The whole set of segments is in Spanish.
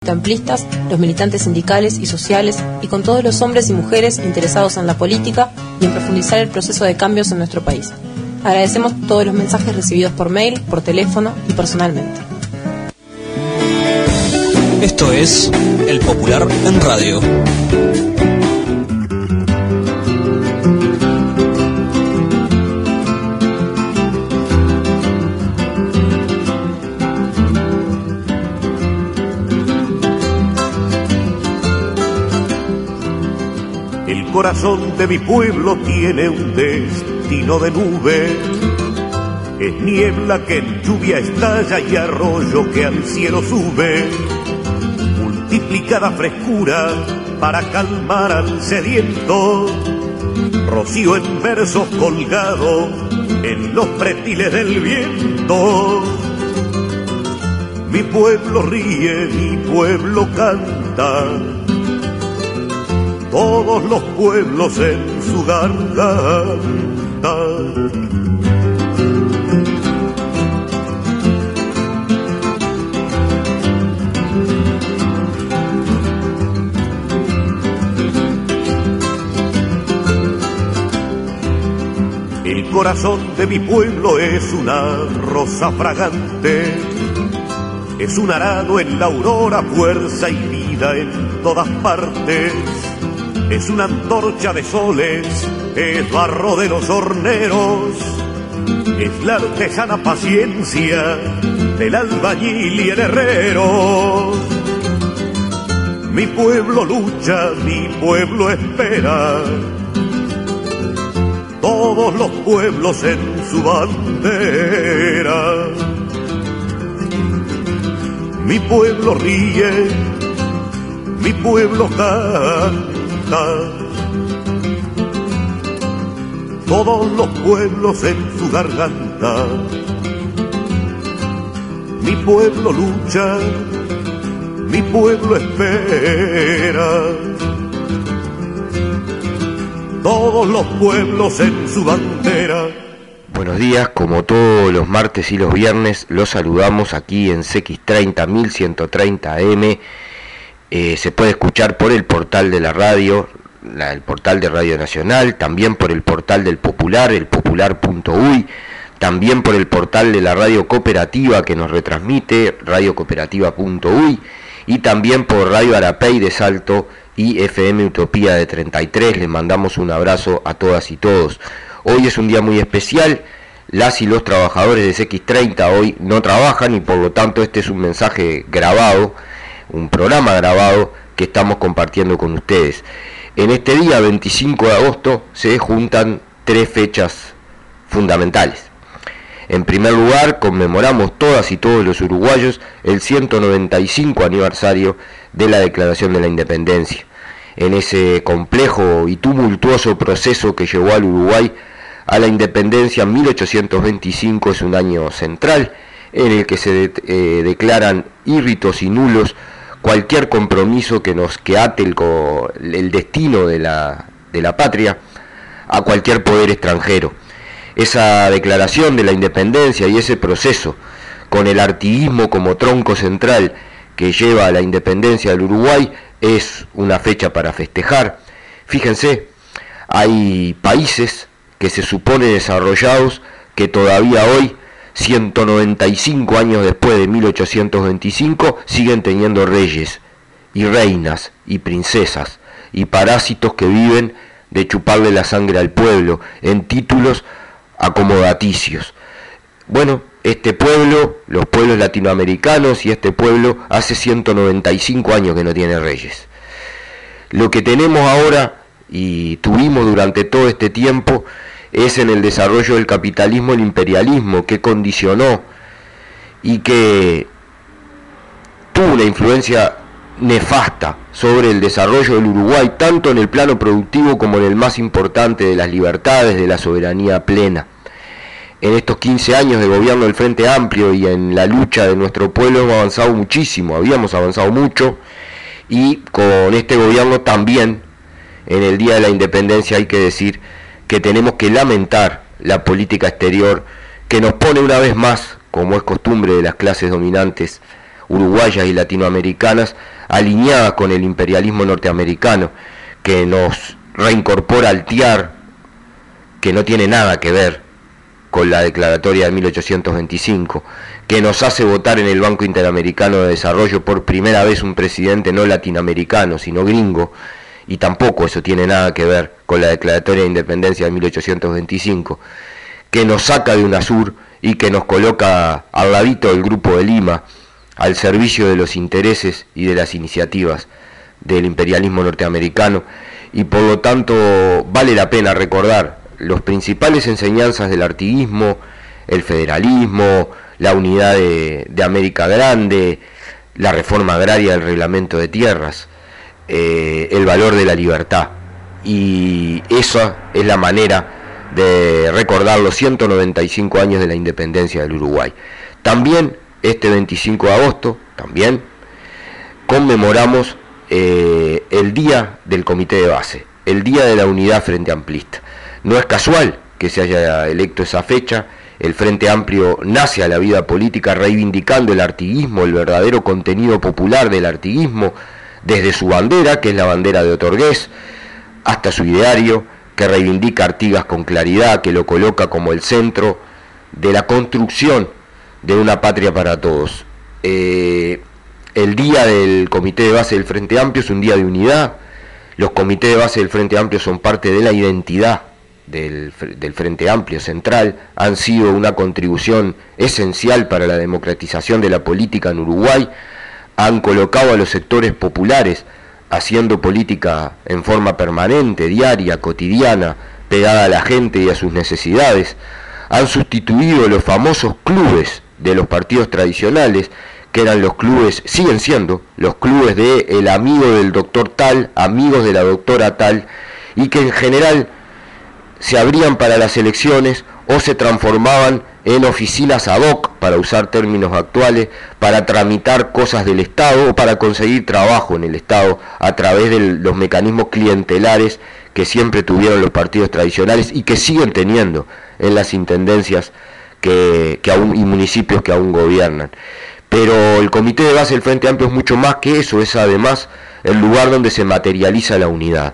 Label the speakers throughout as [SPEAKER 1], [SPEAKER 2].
[SPEAKER 1] amplistas, los militantes sindicales y sociales y con todos los hombres y mujeres interesados en la política y en profundizar el proceso de cambios en nuestro país. Agradecemos todos los mensajes recibidos por mail, por teléfono y personalmente.
[SPEAKER 2] Esto es El Popular en Radio.
[SPEAKER 3] El corazón de mi pueblo tiene un destino de nube. Es niebla que en lluvia estalla y arroyo que al cielo sube. Multiplicada frescura para calmar al sediento. Rocío en versos colgado en los pretiles del viento. Mi pueblo ríe, mi pueblo canta. Todos los pueblos en su garganta. El corazón de mi pueblo es una rosa fragante, es un arado en la aurora, fuerza y vida en todas partes. Es una antorcha de soles, es barro de los horneros, es la artesana paciencia del albañil y el herrero. Mi pueblo lucha, mi pueblo espera, todos los pueblos en su bandera. Mi pueblo ríe, mi pueblo canta. Todos los pueblos en su garganta. Mi pueblo lucha, mi pueblo espera. Todos los pueblos en su bandera.
[SPEAKER 4] Buenos días, como todos los martes y los viernes, los saludamos aquí en CX30 1130 AM. Se puede escuchar por el portal de la radio, el portal de Radio Nacional, también por el portal del Popular, el popular.uy, también por el portal de la radio cooperativa que nos retransmite, radiocooperativa.uy, y también por Radio Arapey de Salto y FM Utopía de 33. Les mandamos un abrazo a todas y todos. Hoy es un día muy especial. Las y los trabajadores de CX30 hoy no trabajan y por lo tanto este es un mensaje grabado, un programa grabado que estamos compartiendo con ustedes. En este día 25 de agosto se juntan tres fechas fundamentales. En primer lugar, conmemoramos todas y todos los uruguayos el 195 aniversario de la Declaración de la Independencia. En ese complejo y tumultuoso proceso que llevó al Uruguay a la independencia, 1825 es un año central en el que se declaran írritos y nulos cualquier compromiso que ate el destino de la patria a cualquier poder extranjero. Esa declaración de la independencia y ese proceso, con el artiguismo como tronco central que lleva a la independencia del Uruguay, es una fecha para festejar. Fíjense, hay países que se supone desarrollados que todavía hoy, 195 años después de 1825, siguen teniendo reyes y reinas y princesas y parásitos que viven de chuparle la sangre al pueblo en títulos acomodaticios. Bueno, este pueblo, los pueblos latinoamericanos y este pueblo hace 195 años que no tiene reyes. Lo que tenemos ahora y tuvimos durante todo este tiempo es en el desarrollo del capitalismo el imperialismo que condicionó y que tuvo una influencia nefasta sobre el desarrollo del Uruguay, tanto en el plano productivo como en el más importante de las libertades, de la soberanía plena. En estos 15 años de gobierno del Frente Amplio y en la lucha de nuestro pueblo hemos avanzado muchísimo, habíamos avanzado mucho, y con este gobierno también, en el Día de la Independencia hay que decir que tenemos que lamentar la política exterior que nos pone una vez más, como es costumbre de las clases dominantes, uruguayas y latinoamericanas alineadas con el imperialismo norteamericano, que nos reincorpora al TIAR, que no tiene nada que ver con la declaratoria de 1825, que nos hace votar en el Banco Interamericano de Desarrollo por primera vez un presidente no latinoamericano, sino gringo, y tampoco eso tiene nada que ver con la declaratoria de independencia de 1825, que nos saca de UNASUR y que nos coloca al ladito del Grupo de Lima, al servicio de los intereses y de las iniciativas del imperialismo norteamericano, y por lo tanto vale la pena recordar las principales enseñanzas del artiguismo, el federalismo, la unidad de América Grande, la reforma agraria del reglamento de tierras, el valor de la libertad. Y esa es la manera de recordar los 195 años de la independencia del Uruguay. También este 25 de agosto, también conmemoramos el Día del Comité de Base, el Día de la Unidad Frente Amplista. No es casual que se haya electo esa fecha. El Frente Amplio nace a la vida política reivindicando el artiguismo, el verdadero contenido popular del artiguismo, desde su bandera, que es la bandera de Otorgués, hasta su ideario, que reivindica Artigas con claridad, que lo coloca como el centro de la construcción de una patria para todos. El día del Comité de Base del Frente Amplio es un día de unidad. Los comités de base del Frente Amplio son parte de la identidad del Frente Amplio Central, han sido una contribución esencial para la democratización de la política en Uruguay, han colocado a los sectores populares haciendo política en forma permanente, diaria, cotidiana, pegada a la gente y a sus necesidades, han sustituido los famosos clubes de los partidos tradicionales, que eran los clubes, siguen siendo los clubes de el amigo del doctor tal, amigos de la doctora tal, y que en general se abrían para las elecciones o se transformaban en oficinas ad hoc, para usar términos actuales, para tramitar cosas del Estado o para conseguir trabajo en el Estado a través de los mecanismos clientelares que siempre tuvieron los partidos tradicionales y que siguen teniendo en las intendencias que aún, y municipios que aún gobiernan. Pero el Comité de Base del Frente Amplio es mucho más que eso, es además el lugar donde se materializa la unidad.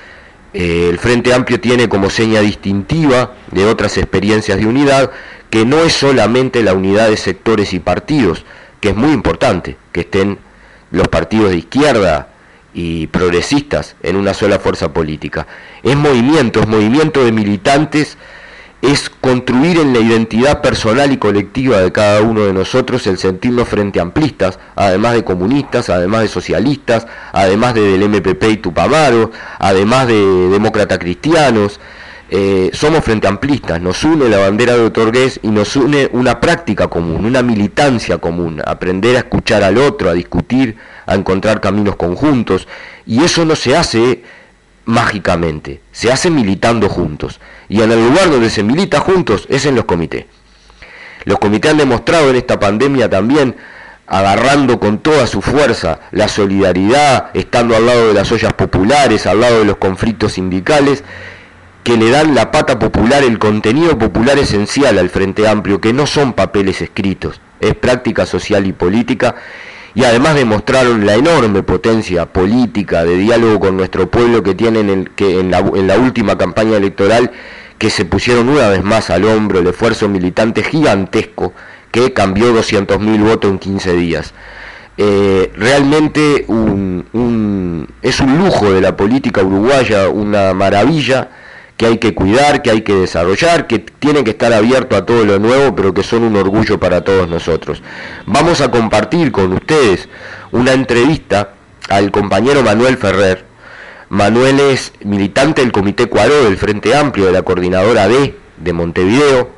[SPEAKER 4] El Frente Amplio tiene como seña distintiva de otras experiencias de unidad que no es solamente la unidad de sectores y partidos, que es muy importante que estén los partidos de izquierda y progresistas en una sola fuerza política. Es movimiento de militantes, es construir en la identidad personal y colectiva de cada uno de nosotros el sentirnos frente amplistas, además de comunistas, además de socialistas, además del MPP y Tupamaro, además de demócratas cristianos. Somos frente amplistas, nos une la bandera de Otorgués y nos une una práctica común, una militancia común, aprender a escuchar al otro, a discutir, a encontrar caminos conjuntos, y eso no se hace mágicamente, se hace militando juntos, y en el lugar donde se milita juntos es en los comités. Los comités han demostrado en esta pandemia también, agarrando con toda su fuerza la solidaridad, estando al lado de las ollas populares, al lado de los conflictos sindicales, que le dan la pata popular, el contenido popular esencial al Frente Amplio, que no son papeles escritos, es práctica social y política, y además demostraron la enorme potencia política de diálogo con nuestro pueblo que tienen en la última campaña electoral, que se pusieron una vez más al hombro el esfuerzo militante gigantesco que cambió 200.000 votos en 15 días. Realmente es un lujo de la política uruguaya, una maravilla que hay que cuidar, que hay que desarrollar, que tiene que estar abierto a todo lo nuevo, pero que son un orgullo para todos nosotros. Vamos a compartir con ustedes una entrevista al compañero Manuel Ferrer. Manuel es militante del Comité Cuaró del Frente Amplio, de la Coordinadora D de Montevideo,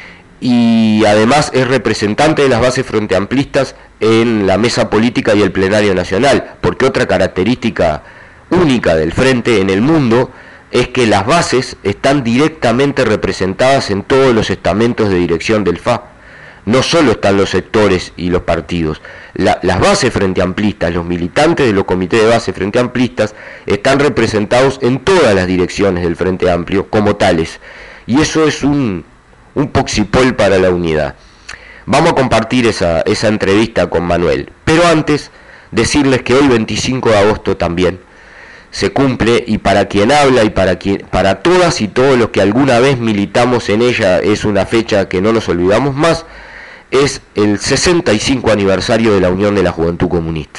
[SPEAKER 4] y además es representante de las bases frente amplistas en la mesa política y el plenario nacional, porque otra característica única del Frente en el mundo es que las bases están directamente representadas en todos los estamentos de dirección del FA. No solo están los sectores y los partidos, las bases frente amplistas, los militantes de los comités de base frente amplistas están representados en todas las direcciones del Frente Amplio como tales, y eso es un poxipol para la unidad. Vamos a compartir esa entrevista con Manuel, pero antes decirles que hoy 25 de agosto también se cumple, y para quien habla y para todas y todos los que alguna vez militamos en ella, es una fecha que no nos olvidamos más, es el 65 aniversario de la Unión de la Juventud Comunista.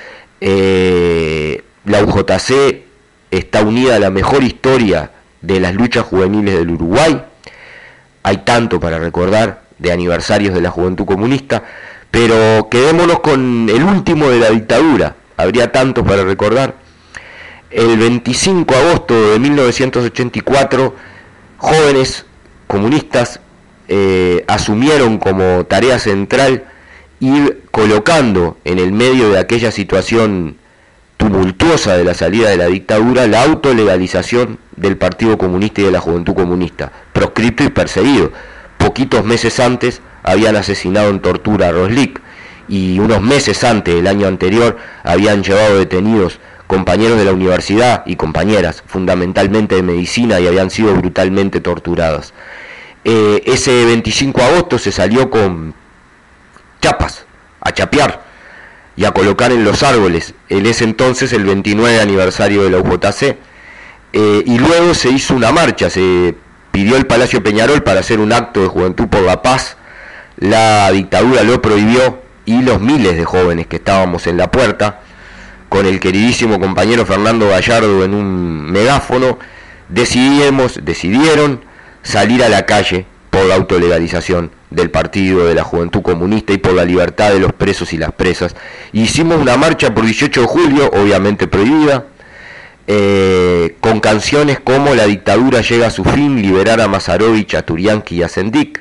[SPEAKER 4] La UJC está unida a la mejor historia de las luchas juveniles del Uruguay. Hay tanto para recordar de aniversarios de la Juventud Comunista, pero quedémonos con el último de la dictadura, habría tanto para recordar. El 25 de agosto de 1984, jóvenes comunistas asumieron como tarea central ir colocando en el medio de aquella situación tumultuosa de la salida de la dictadura la autolegalización del Partido Comunista y de la Juventud Comunista, proscripto y perseguido. Poquitos meses antes habían asesinado en tortura a Roslik, y unos meses antes, el año anterior, habían llevado detenidos compañeros de la universidad y compañeras, fundamentalmente de medicina, y habían sido brutalmente torturados. Ese 25 de agosto se salió con chapas, a chapear y a colocar en los árboles, en ese entonces el 29 aniversario de la UJC, y luego se hizo una marcha, se pidió el Palacio Peñarol para hacer un acto de Juventud por la Paz, la dictadura lo prohibió, y los miles de jóvenes que estábamos en la puerta, con el queridísimo compañero Fernando Gallardo en un megáfono, decidieron salir a la calle por la autolegalización del Partido de la Juventud Comunista y por la libertad de los presos y las presas. Hicimos una marcha por 18 de julio, obviamente prohibida, con canciones como La dictadura llega a su fin, liberar a Mazarovich, a Turianqui y a Sendik,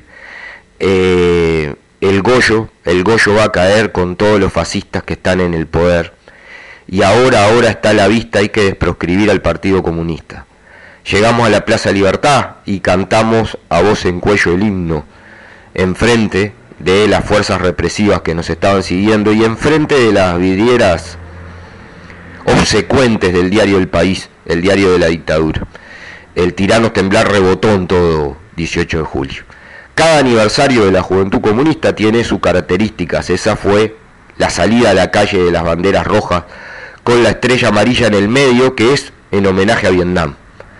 [SPEAKER 4] el Goyo va a caer con todos los fascistas que están en el poder, y ahora está a la vista, hay que desproscribir al Partido Comunista. Llegamos a la Plaza Libertad y cantamos a voz en cuello el himno, enfrente de las fuerzas represivas que nos estaban siguiendo y enfrente de las vidrieras obsecuentes del diario El País, el diario de la dictadura. El tirano temblar rebotó en todo 18 de julio. Cada aniversario de la Juventud Comunista tiene sus características. Esa fue la salida a la calle de las banderas rojas con la estrella amarilla en el medio, que es en homenaje a Vietnam.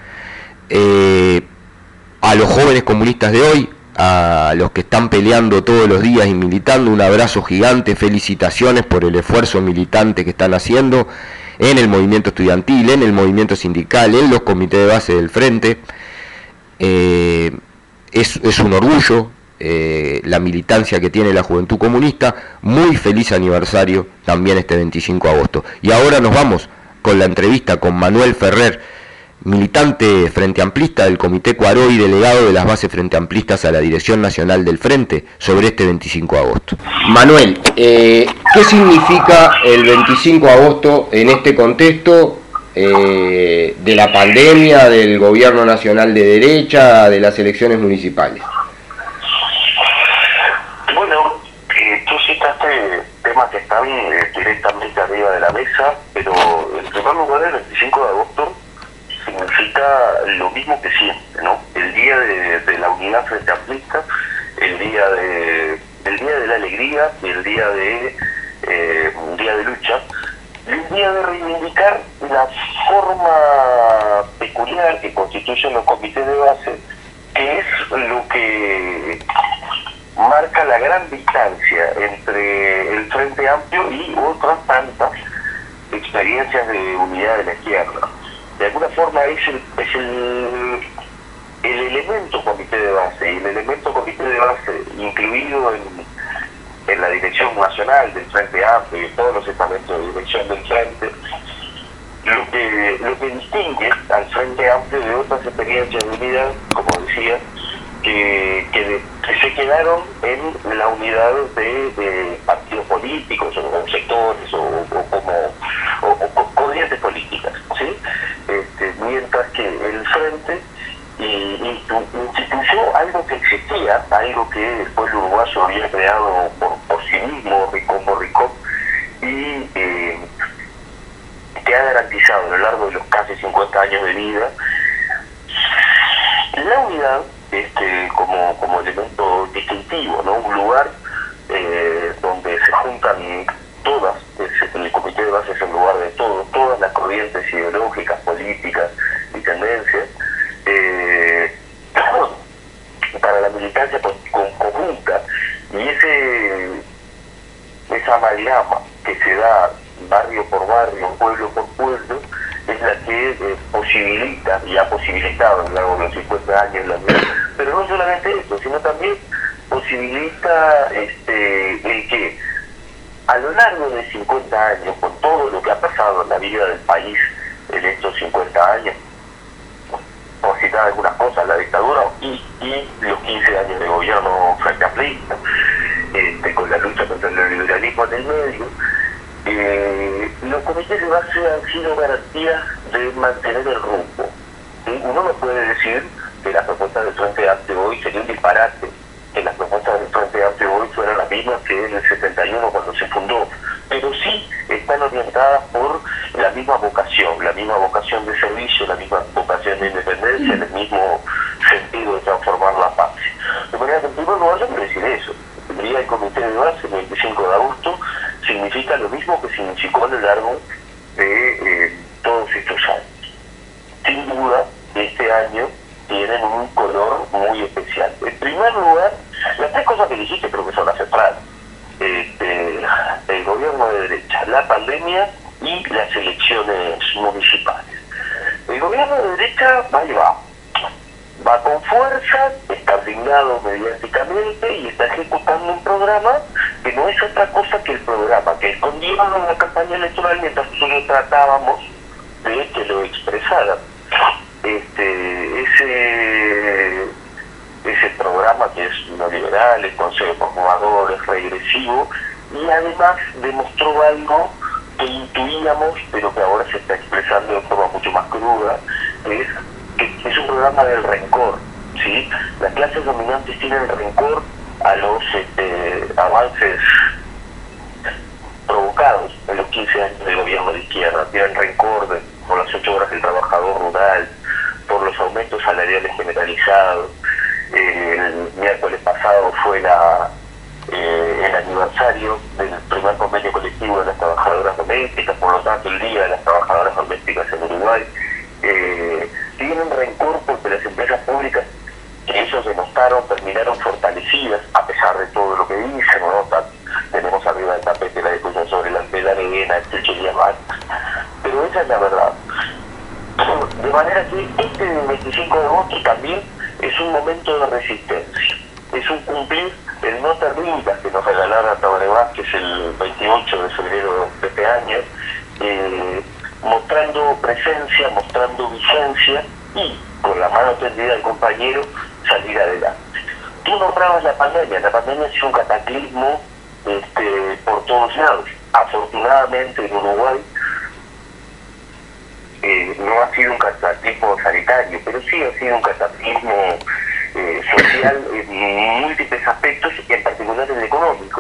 [SPEAKER 4] A los jóvenes comunistas de hoy, a los que están peleando todos los días y militando, un abrazo gigante, felicitaciones por el esfuerzo militante que están haciendo en el movimiento estudiantil, en el movimiento sindical, en los comités de base del frente. Es un orgullo la militancia que tiene la Juventud Comunista. Muy feliz aniversario también este 25 de agosto. Y ahora nos vamos con la entrevista con Manuel Ferrer, militante frente amplista del Comité Cuaró y delegado de las bases frente amplistas a la Dirección Nacional del Frente, sobre este 25 de agosto. Manuel, ¿qué significa el 25 de agosto en este contexto de la pandemia, del gobierno nacional de derecha, de las elecciones municipales?
[SPEAKER 5] Bueno, tú citaste temas que están directamente arriba de la mesa, pero en primer lugar el 25 de agosto significa lo mismo que siempre, ¿no? El día de la unidad frente amplista, el día de la alegría, el día un día de lucha, y un día de reivindicar la forma peculiar que constituyen los comités de base, que es lo que marca la gran distancia entre el Frente Amplio y otras tantas experiencias de unidad de la izquierda. De alguna forma es el elemento comité de base, y el elemento comité de base incluido en la dirección nacional del Frente Amplio y en todos los estamentos de dirección del Frente, lo que distingue al Frente Amplio de otras experiencias de unidad, como decía, que se quedaron en la unidad de partidos políticos o sectores o corrientes políticas, ¿sí? Mientras que el Frente instituyó algo que existía, algo que el pueblo uruguayo había creado por sí mismo, como Ricón, y que ha garantizado a lo largo de los casi 50 años de vida la unidad como elemento distintivo, ¿no? Un lugar donde se juntan todas, el comité de base es el lugar de todas las corrientes ideológicas, políticas y tendencias, para la militancia conjunta, y esa amalgama que se da barrio por barrio, pueblo por pueblo, es la que posibilita y ha posibilitado a lo largo de los 50 años la vida. Pero no solamente eso, sino también posibilita el que a lo largo de 50 años, con todo lo que ha pasado en la vida del país en estos 50 años, por citar algunas cosas, la dictadura y los 15 años de gobierno frente amplista, con la lucha contra el neoliberalismo en el medio, los comités de base han sido garantías de mantener el rumbo. ¿Sí? Uno no puede decir que las propuestas del Frente Amplio hoy sería un disparate, que las propuestas del Frente Amplio hoy fueran las mismas que en el 71 cuando se fundó, pero sí están orientadas por la misma vocación de servicio, la misma vocación de independencia, el mismo sentido de transformar la patria. De manera que en primer lugar yo quiero decir eso. El día del comité de base, el 25 de agosto, significa lo mismo que significó a lo largo de todos estos años. Sin duda, este año tienen un color muy especial. En primer lugar, las tres cosas que dijiste creo que son las centrales. El gobierno de derecha, la pandemia y las elecciones municipales. El gobierno de derecha va con fuerza, está asignado mediáticamente y está ejecutando un programa que no es otra cosa que el programa que escondieron en la campaña electoral mientras nosotros tratábamos de que lo expresaran. Ese programa que es neoliberal, el Consejo Conservador, es regresivo, y además demostró algo que intuíamos, pero que ahora se está expresando de forma mucho más cruda, que es un programa del rencor, ¿sí? Las clases dominantes tienen rencor a los avances provocados en los 15 años de gobierno de izquierda, tienen rencor por las 8 horas del trabajador rural, por los aumentos salariales generalizados. El miércoles pasado fue el aniversario del primer convenio colectivo de las trabajadoras domésticas, por lo tanto el Día de las Trabajadoras Domésticas en Uruguay. Tienen rencor porque las empresas públicas que ellos denostaron terminaron fortalecidas, a pesar de todo lo que dicen, ¿no? Tenemos arriba del tapete la discusión sobre la arena, el Yamal, pero esa es la verdad. De manera que este 25 de agosto también es un momento de resistencia, es un cumplir el no te rindas que nos regalaron a Tabaré Vázquez el 28 de febrero de este año, mostrando presencia, mostrando vigencia y con la mano tendida al compañero salir adelante. Tú nombrabas la pandemia ha sido un cataclismo por todos lados. Afortunadamente en Uruguay no ha sido un cataclismo sanitario, pero sí ha sido un cataclismo social en múltiples aspectos, y en particular el económico,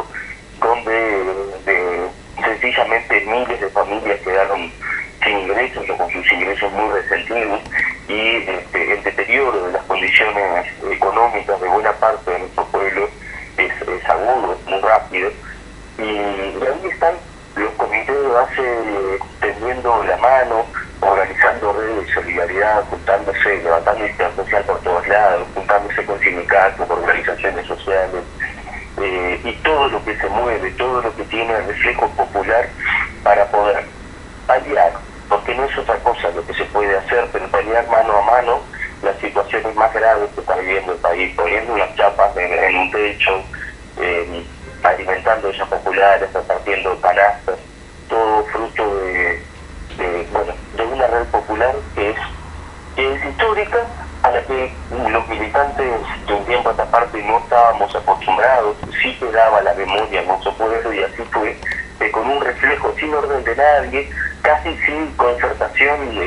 [SPEAKER 5] donde sencillamente miles de familias quedaron sin ingresos o con sus ingresos muy resentidos, y el deterioro de las condiciones económicas de buena parte de nuestro pueblo es agudo, es muy rápido, y ahí están los comités de base tendiendo la mano, organizando redes de solidaridad, juntándose, levantando interés social por todos lados, juntándose con sindicatos, con organizaciones sociales, y todo lo que se mueve, todo lo que tiene el reflejo popular para poder paliar, porque no es otra cosa lo que se puede hacer, pero paliar mano a mano las situaciones más graves que está viviendo el país, poniendo las chapas en un techo, alimentando ollas populares, repartiendo canastas, todo fruto de una red popular que es histórica, a la que los militantes de un tiempo a esta parte no estábamos acostumbrados. Sí quedaba la memoria en nuestro pueblo, y así fue, con un reflejo sin orden de nadie, casi sin concertación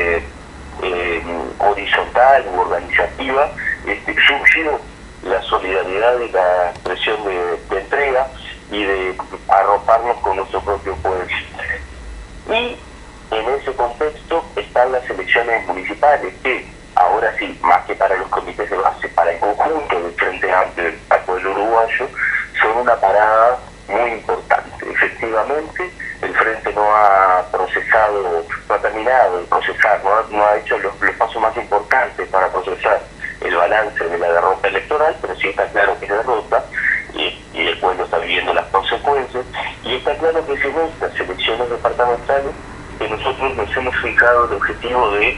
[SPEAKER 5] horizontal u organizativa, surgió la solidaridad y la expresión de entrega y de arroparnos con nuestro propio pueblo. Y en ese contexto están las elecciones municipales, que ahora sí, más que para los comités de base, para el conjunto del Frente Amplio del pueblo uruguayo, son una parada muy importante. Efectivamente, el Frente no ha procesado, no ha terminado de procesar, no ha hecho los pasos más importantes para procesar el balance de la derrota electoral, pero sí está claro que es derrota y el pueblo está viviendo las consecuencias, y está claro que si en estas elecciones departamentales que nosotros nos hemos fijado el objetivo de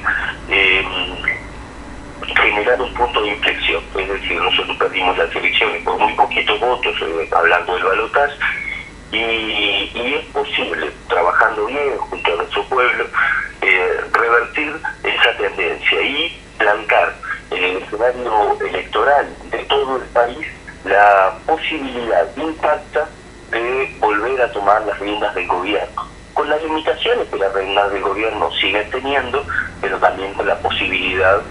[SPEAKER 5] generar un punto de inflexión, es decir, nosotros perdimos las elecciones por muy poquitos votos, hablando del balotaje, y es posible, trabajando bien junto a nuestro pueblo, revertir esa tendencia y plantar en el escenario electoral de todo el país la posibilidad intacta de volver a tomar las riendas del gobierno, con las limitaciones que las riendas del gobierno siguen teniendo, pero también con la posibilidad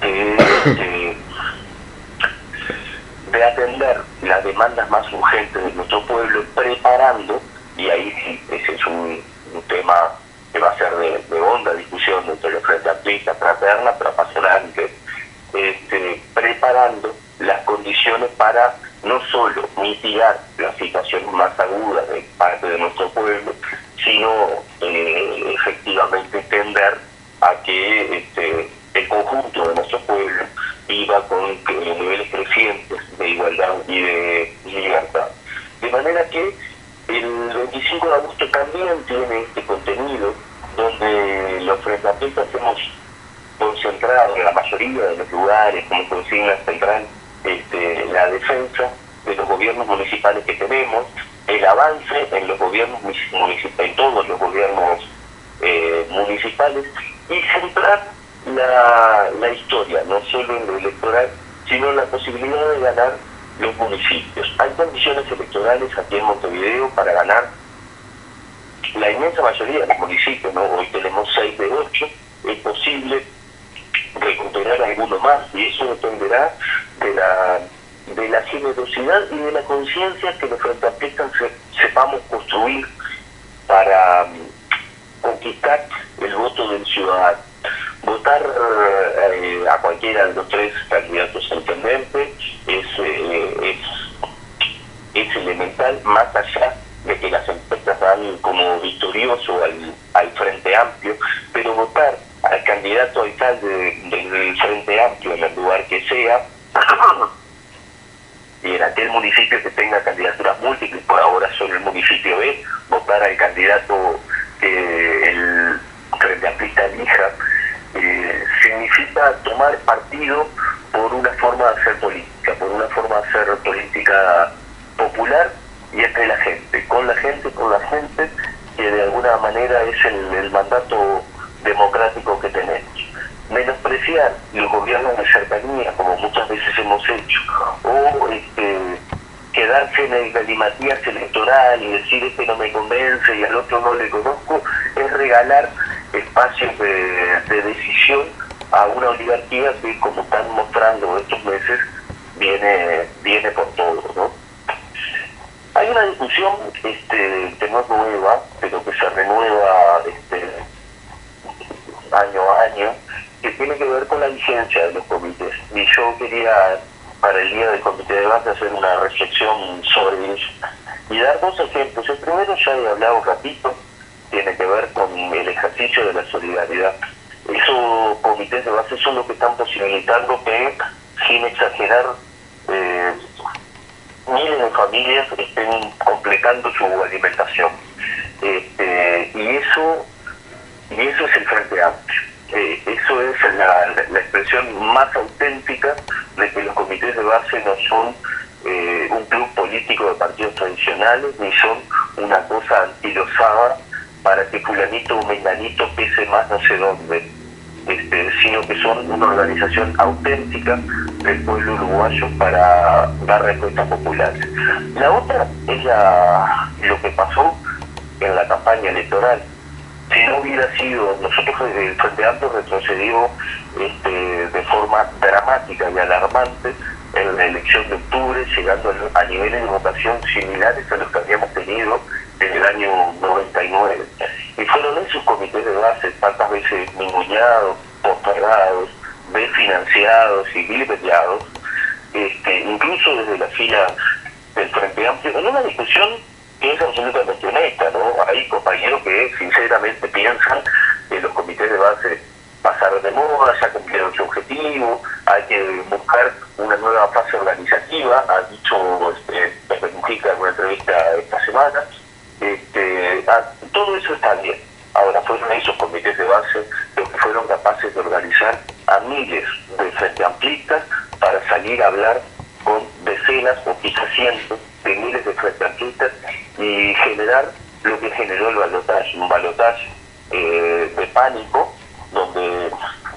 [SPEAKER 5] de atender las demandas más urgentes de nuestro pueblo, preparando, y ahí sí, ese es un tema que va a ser de honda discusión entre los frentes amplistas, fraterna, pero apasionante, preparando las condiciones para no solo mitigar las situaciones más agudas de parte de nuestro pueblo, sino efectivamente tender a que el conjunto de nuestro pueblo viva con niveles crecientes de igualdad y de libertad. De manera que el 25 de agosto también tiene este contenido, donde los frentes amplistas hemos concentrado en la mayoría de los lugares como consigna central la defensa de los gobiernos municipales que tenemos, el avance en los gobiernos municipales, en todos los gobiernos municipales, y centrar la historia, no solo en lo electoral, sino en la posibilidad de ganar los municipios. Hay condiciones electorales aquí en Montevideo para ganar la inmensa mayoría de los municipios, ¿no? Hoy tenemos 6 de 8, es posible recuperar alguno más, y eso dependerá de la generosidad y de la conciencia que los frentes amplistas sepamos construir para conquistar el voto del ciudadano. Votar a cualquiera de los 3 candidatos a intendente es elemental, más allá de que las encuestas dan como victorioso al Frente Amplio, pero votar al candidato alcalde del Frente Amplio en el lugar que sea, y en aquel municipio que tenga candidaturas múltiples, por ahora solo el municipio B, votar al candidato que el Frente Amplista elija, significa tomar partido por una forma de hacer política, por una forma de hacer política popular y entre la gente, con la gente, que de alguna manera es el mandato democrático que tenemos. Menospreciar los gobiernos de cercanía, como muchas veces hemos hecho, o quedarse en el galimatías electoral y decir no me convence y al otro no le conozco, es regalar espacios de decisión a una oligarquía que, como están mostrando estos meses, viene por todo, ¿no? Hay una discusión que no es nueva, pero que se renueva año a año, que tiene que ver con la vigencia de los comités. Y yo quería, para el día del comité de base, hacer una reflexión sobre eso y dar 2 ejemplos. El primero ya he hablado un ratito, tiene que ver con el ejercicio de la solidaridad. Esos comités de base son los que están posibilitando que, sin exagerar, miles de familias estén completando su alimentación. Y eso es el Frente Amplio. Eso es la expresión más auténtica de que los comités de base no son un club político de partidos tradicionales, ni son una cosa anquilosada para que fulanito o menganito pese más no sé dónde, sino que son una organización auténtica del pueblo uruguayo para dar respuestas populares. La otra es lo que pasó en la campaña electoral. Si no hubiera sido, nosotros el Frente Amplio retrocedió de forma dramática y alarmante en la elección de octubre, llegando a niveles de votación similares a los que habíamos tenido en el año 99. Y fueron esos comités de base, tantas veces ninguneados, postergados, desfinanciados y vilipendiados, incluso desde la fila del Frente Amplio en una discusión que es absolutamente honesta, ¿no? Hay compañeros que sinceramente piensan que los comités de base pasaron de moda, ya cumplieron su objetivo, hay que buscar una nueva fase organizativa, ha dicho Pepe Mujica en una entrevista esta semana. Todo eso está bien. Ahora, fueron esos comités de base los que fueron capaces de organizar a miles de frente amplistas para salir a hablar con decenas o quizás cientos de miles de frente amplistas y generar lo que generó el balotaje, un balotaje de pánico, donde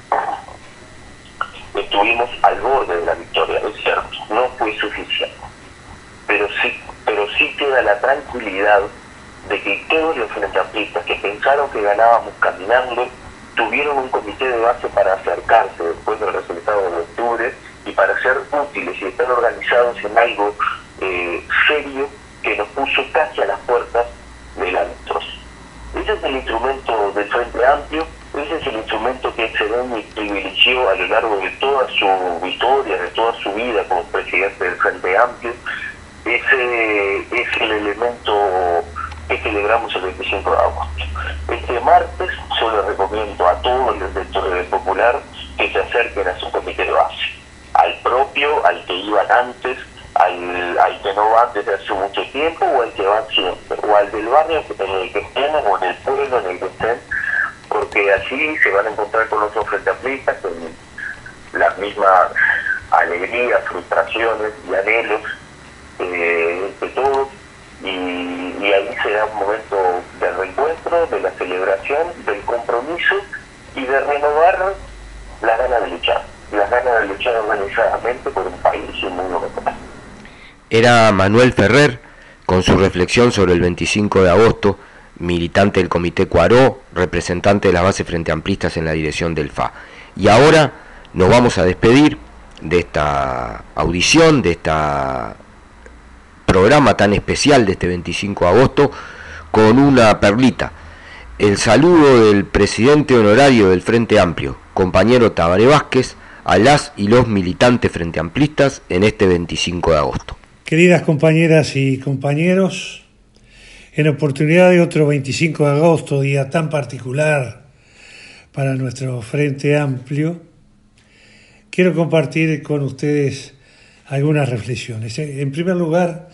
[SPEAKER 5] estuvimos al borde de la victoria. Es cierto, no fue suficiente, pero sí queda la tranquilidad de que todos los frente amplistas que pensaron que ganábamos caminando tuvieron un comité de base para acercarse después del resultado de octubre y para ser útiles y estar organizados en algo serio que nos puso casi a las puertas de la victoria. Ese es el instrumento del Frente Amplio, ese es el instrumento que Ceroni privilegió a lo largo de toda su historia, de toda su vida como presidente del Frente Amplio. Ese es el elemento que celebramos el 25 de agosto. Este martes yo les recomiendo a todos los lectores del Popular que se acerquen a su comité de base, al propio, al que iban antes, al que no van desde hace mucho tiempo o al que van siempre, o al del barrio en el que estén o en el pueblo en el que estén, porque así se van a encontrar con otros frente amplistas con las mismas alegrías, frustraciones y anhelos de todos, y ahí será un momento de reencuentro, de la celebración, del compromiso y de renovar las ganas de luchar organizadamente por un país y un mundo mejor.
[SPEAKER 4] Era Manuel Ferrer con su reflexión sobre el 25 de agosto, militante del Comité Cuaró, representante de las bases frente amplistas en la dirección del FA. Y ahora nos vamos a despedir de esta audición, de esta programa tan especial de este 25 de agosto, con una perlita. El saludo del presidente honorario del Frente Amplio, compañero Tabaré Vázquez, a las y los militantes frente amplistas en este 25 de agosto.
[SPEAKER 6] Queridas compañeras y compañeros, en oportunidad de otro 25 de agosto, día tan particular para nuestro Frente Amplio, quiero compartir con ustedes algunas reflexiones. En primer lugar,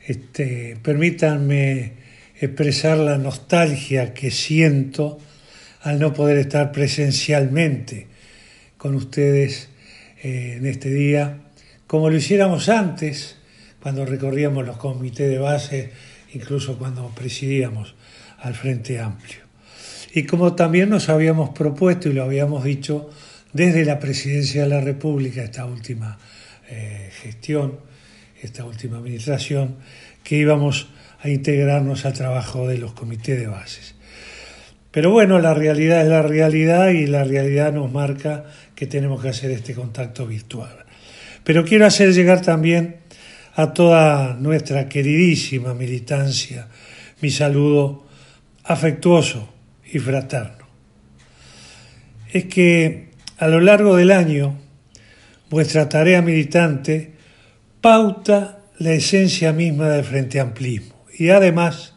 [SPEAKER 6] permítanme expresar la nostalgia que siento al no poder estar presencialmente con ustedes en este día, como lo hiciéramos antes, cuando recorríamos los comités de base, incluso cuando presidíamos al Frente Amplio. Y como también nos habíamos propuesto y lo habíamos dicho desde la Presidencia de la República, esta última gestión, esta última administración, que íbamos a integrarnos al trabajo de los comités de bases. Pero bueno, la realidad es la realidad y la realidad nos marca que tenemos que hacer este contacto virtual. Pero quiero hacer llegar también a toda nuestra queridísima militancia mi saludo afectuoso y fraterno. Es que a lo largo del año vuestra tarea militante pauta la esencia misma del Frente Amplismo y además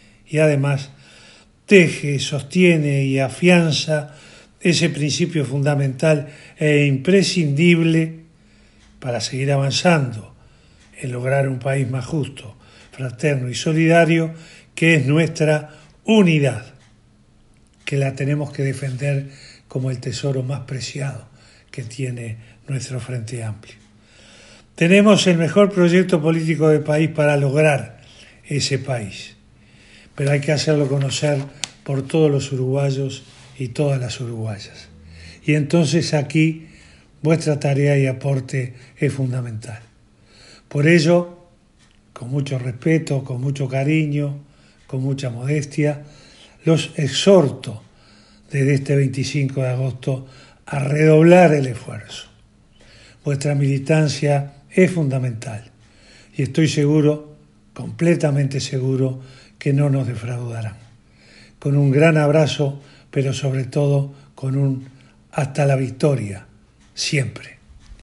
[SPEAKER 6] teje, sostiene y afianza ese principio fundamental e imprescindible para seguir avanzando en lograr un país más justo, fraterno y solidario, que es nuestra unidad, que la tenemos que defender como el tesoro más preciado que tiene nuestro Frente Amplio. Tenemos el mejor proyecto político del país para lograr ese país, pero hay que hacerlo conocer por todos los uruguayos y todas las uruguayas. Y entonces aquí vuestra tarea y aporte es fundamental. Por ello, con mucho respeto, con mucho cariño, con mucha modestia, los exhorto desde este 25 de agosto a redoblar el esfuerzo. Vuestra militancia es fundamental y estoy seguro, completamente seguro, que no nos defraudarán. Con un gran abrazo, pero sobre todo con un hasta la victoria, siempre.